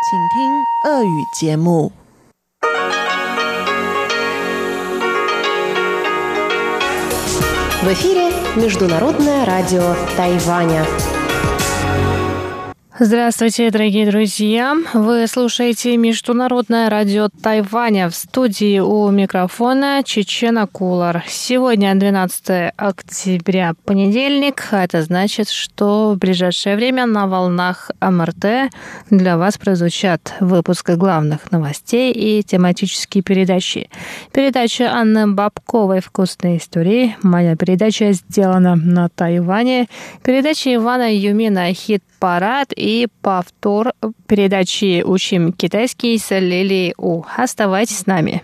请听俄语节目。 В эфире Международное радио Тайваня. Здравствуйте, дорогие друзья! Вы слушаете Международное радио Тайваня. В студии у микрофона Чечена Кулар. Сегодня 12 октября, понедельник. Это значит, что в ближайшее время на волнах МРТ для вас прозвучат выпуски главных новостей и тематические передачи. Передача Анны Бабковой «Вкусные истории». Моя передача сделана на Тайване. Передача Ивана Юмина «Хит-парад» и повтор передачи «Учим китайский» с Лилией У. Оставайтесь с нами.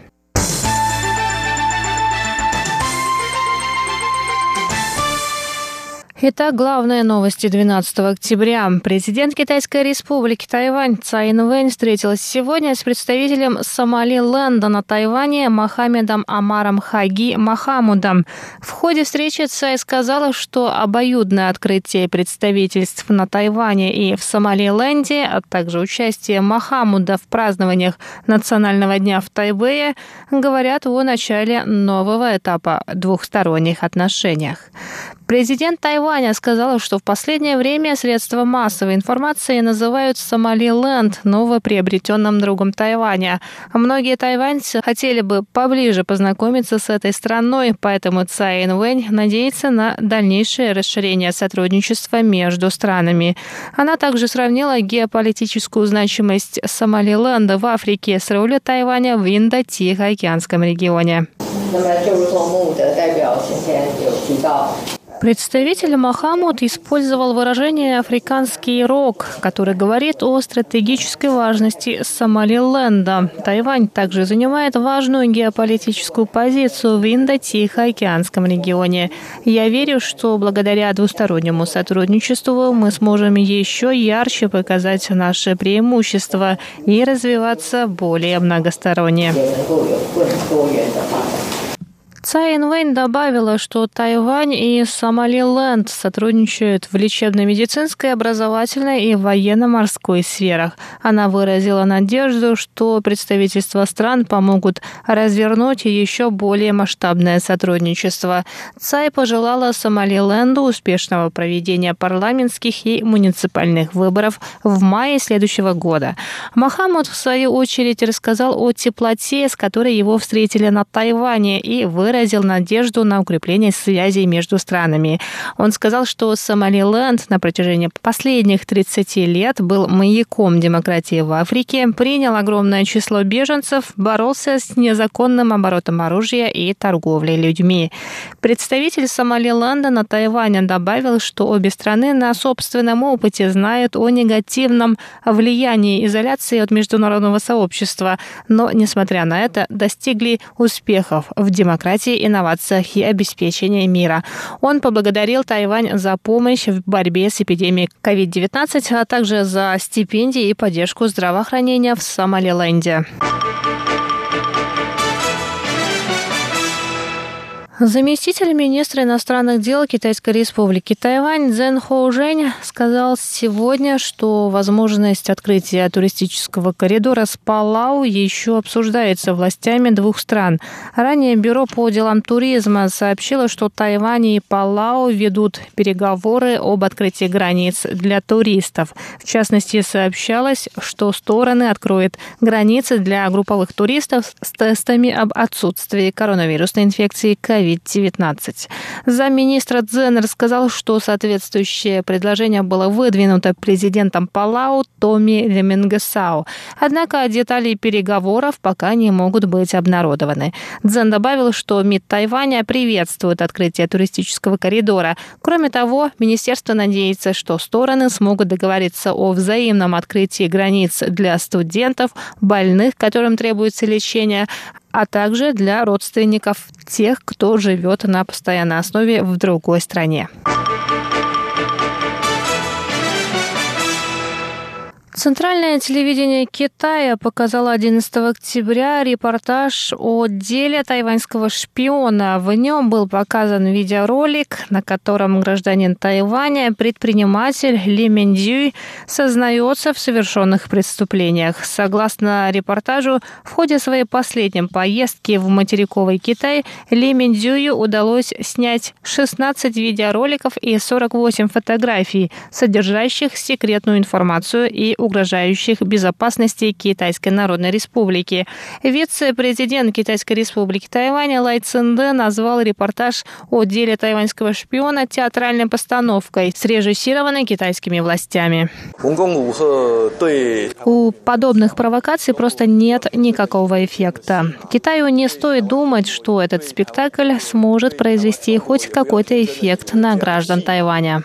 Итак, главные новости 12 октября. Президент Китайской республики Тайвань Цай Инвэнь встретилась сегодня с представителем Сомалиленда на Тайване Мохаммедом Омаром Хаги Мохамудом. В ходе встречи Цай сказала, что обоюдное открытие представительств на Тайване и в Сомалиленде, а также участие Мохамуда в празднованиях Национального дня в Тайбэе говорят о начале нового этапа двухсторонних отношениях. Президент Тайваня сказала, что в последнее время средства массовой информации называют Сомалиленд новоприобретенным другом Тайваня. Многие тайваньцы хотели бы поближе познакомиться с этой страной, поэтому Цай Инвэнь надеется на дальнейшее расширение сотрудничества между странами. Она также сравнила геополитическую значимость Сомалиленда в Африке с ролью Тайваня в Индо-Тихоокеанском регионе. Представитель Мохамуд использовал выражение «африканский рог», который говорит о стратегической важности Сомалиленда. Тайвань также занимает важную геополитическую позицию в Индо-Тихоокеанском регионе. Я верю, что благодаря двустороннему сотрудничеству мы сможем еще ярче показать наши преимущества и развиваться более многосторонне. Цай Инвэнь добавила, что Тайвань и Сомалиленд сотрудничают в лечебно-медицинской, образовательной и военно-морской сферах. Она выразила надежду, что представительства стран помогут развернуть еще более масштабное сотрудничество. Цай пожелала Сомалиленду успешного проведения парламентских и муниципальных выборов в мае следующего года. Мохамуд, в свою очередь, рассказал о теплоте, с которой его встретили на Тайване, и выразил надежду на укрепление связей между странами. Он сказал, что Сомалиленд на протяжении последних 30 лет был маяком демократии в Африке, принял огромное число беженцев, боролся с незаконным оборотом оружия и торговлей людьми. Представитель Сомалиленда на Тайване добавил, что обе страны на собственном опыте знают о негативном влиянии изоляции от международного сообщества, но, несмотря на это, достигли успехов в демократии, инновациях и обеспечении мира. Он поблагодарил Тайвань за помощь в борьбе с эпидемией COVID-19, а также за стипендии и поддержку здравоохранения в Сомалиленде. Заместитель министра иностранных дел Китайской республики Тайвань Цзэн Хоужэнь сказал сегодня, что возможность открытия туристического коридора с Палау еще обсуждается властями двух стран. Ранее Бюро по делам туризма сообщило, что Тайвань и Палау ведут переговоры об открытии границ для туристов. В частности, сообщалось, что стороны откроют границы для групповых туристов с тестами об отсутствии коронавирусной инфекции COVID-19. Замминистра Цзэн рассказал, что соответствующее предложение было выдвинуто президентом Палау Томи Лемингесао. Однако детали переговоров пока не могут быть обнародованы. Цзэн добавил, что МИД Тайваня приветствует открытие туристического коридора. Кроме того, министерство надеется, что стороны смогут договориться о взаимном открытии границ для студентов, больных, которым требуется лечение, а также для родственников тех, кто живет на постоянной основе в другой стране. Центральное телевидение Китая показало 11 октября репортаж о деле тайваньского шпиона. В нем был показан видеоролик, на котором гражданин Тайваня, предприниматель Ли Миндзюй, сознается в совершенных преступлениях. Согласно репортажу, в ходе своей последней поездки в материковый Китай Ли Миндзюю удалось снять 16 видеороликов и 48 фотографий, содержащих секретную информацию и угрожающих безопасности Китайской Народной Республики. Вице-президент Китайской Республики Тайвань Лай Цинде назвал репортаж о деле тайваньского шпиона театральной постановкой, срежиссированной китайскими властями. У подобных провокаций просто нет никакого эффекта. Китаю не стоит думать, что этот спектакль сможет произвести хоть какой-то эффект на граждан Тайваня.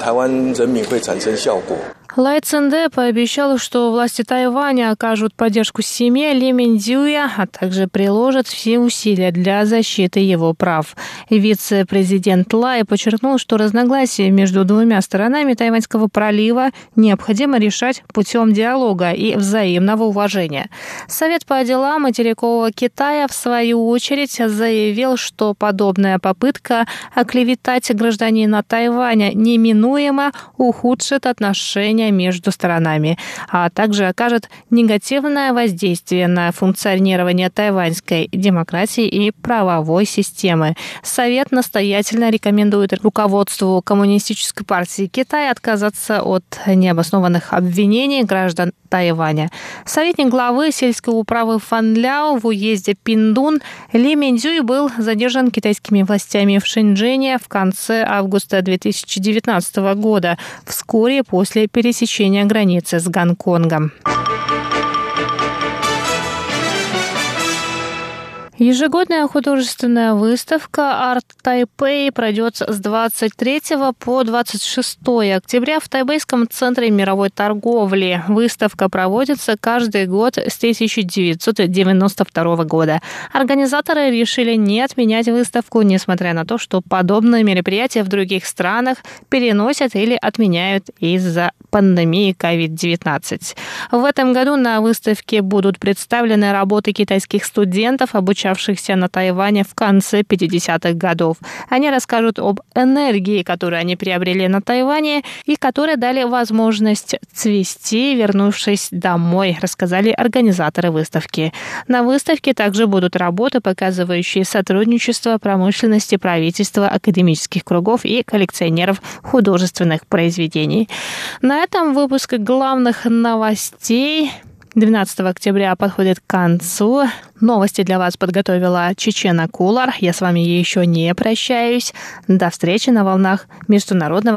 Лай Цинде пообещал, что власти Тайваня окажут поддержку семье Ли Миндзюя, а также приложат все усилия для защиты его прав. Вице-президент Лай подчеркнул, что разногласия между двумя сторонами Тайваньского пролива необходимо решать путем диалога и взаимного уважения. Совет по делам материкового Китая, в свою очередь, заявил, что подобная попытка оклеветать гражданина Тайваня неминуемо ухудшит отношения между сторонами, а также окажет негативное воздействие на функционирование тайваньской демократии и правовой системы. Совет настоятельно рекомендует руководству Коммунистической партии Китая отказаться от необоснованных обвинений граждан Тайваня. Советник главы сельской управы Фан Ляо в уезде Пиндун Ли Миндзюй был задержан китайскими властями в Шэньчжэне в конце августа 2019 года, вскоре после пересечения границы с Гонконгом. Ежегодная художественная выставка «Арт Тайпэй» пройдет с 23 по 26 октября в Тайбэйском центре мировой торговли. Выставка проводится каждый год с 1992 года. Организаторы решили не отменять выставку, несмотря на то, что подобные мероприятия в других странах переносят или отменяют из-за пандемии COVID-19. В этом году на выставке будут представлены работы китайских студентов, обучавшихся на Тайване в конце 50-х годов. Они расскажут об энергии, которую они приобрели на Тайване и которые дали возможность цвести, вернувшись домой, рассказали организаторы выставки. На выставке также будут работы, показывающие сотрудничество промышленности, правительства, академических кругов и коллекционеров художественных произведений. На этом выпуск главных новостей 12 октября подходит к концу. Новости для вас подготовила Чечена Кулар. Я с вами еще не прощаюсь. До встречи на волнах Международного